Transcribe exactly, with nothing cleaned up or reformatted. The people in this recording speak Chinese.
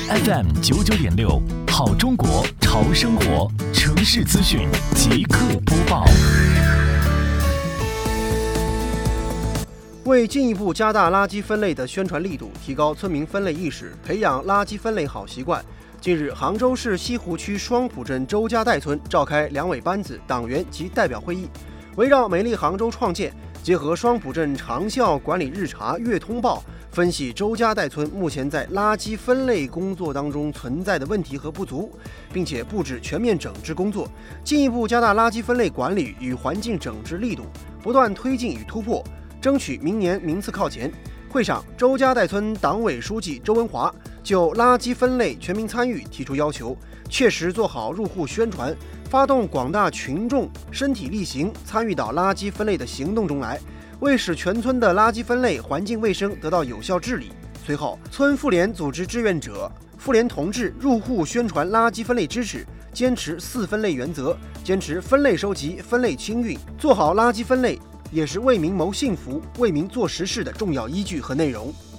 F M 九九点六，好中国，潮生活，城市资讯即刻播报。 为进一步加大垃圾分类的宣传力度，提高村民分类意识，培养垃圾分类好习惯，近日，杭州市西湖区双浦镇周家岱村召开两委班子、党员及代表会议，围绕美丽杭州创建，结合双浦镇长效管理日查、月通报，分析周家岱村目前在垃圾分类工作当中存在的问题和不足，并且布置全面整治工作，进一步加大垃圾分类管理与环境整治力度，不断推进与突破，争取明年名次靠前。会上，周家岱村党委书记周文华就垃圾分类全民参与提出要求，切实做好入户宣传，发动广大群众身体力行参与到垃圾分类的行动中来，为使全村的垃圾分类环境卫生得到有效治理。随后，村妇联组织志愿者、妇联同志入户宣传垃圾分类知识，坚持四分类原则，坚持分类收集、分类清运，做好垃圾分类也是为民谋幸福、为民做实事的重要依据和内容。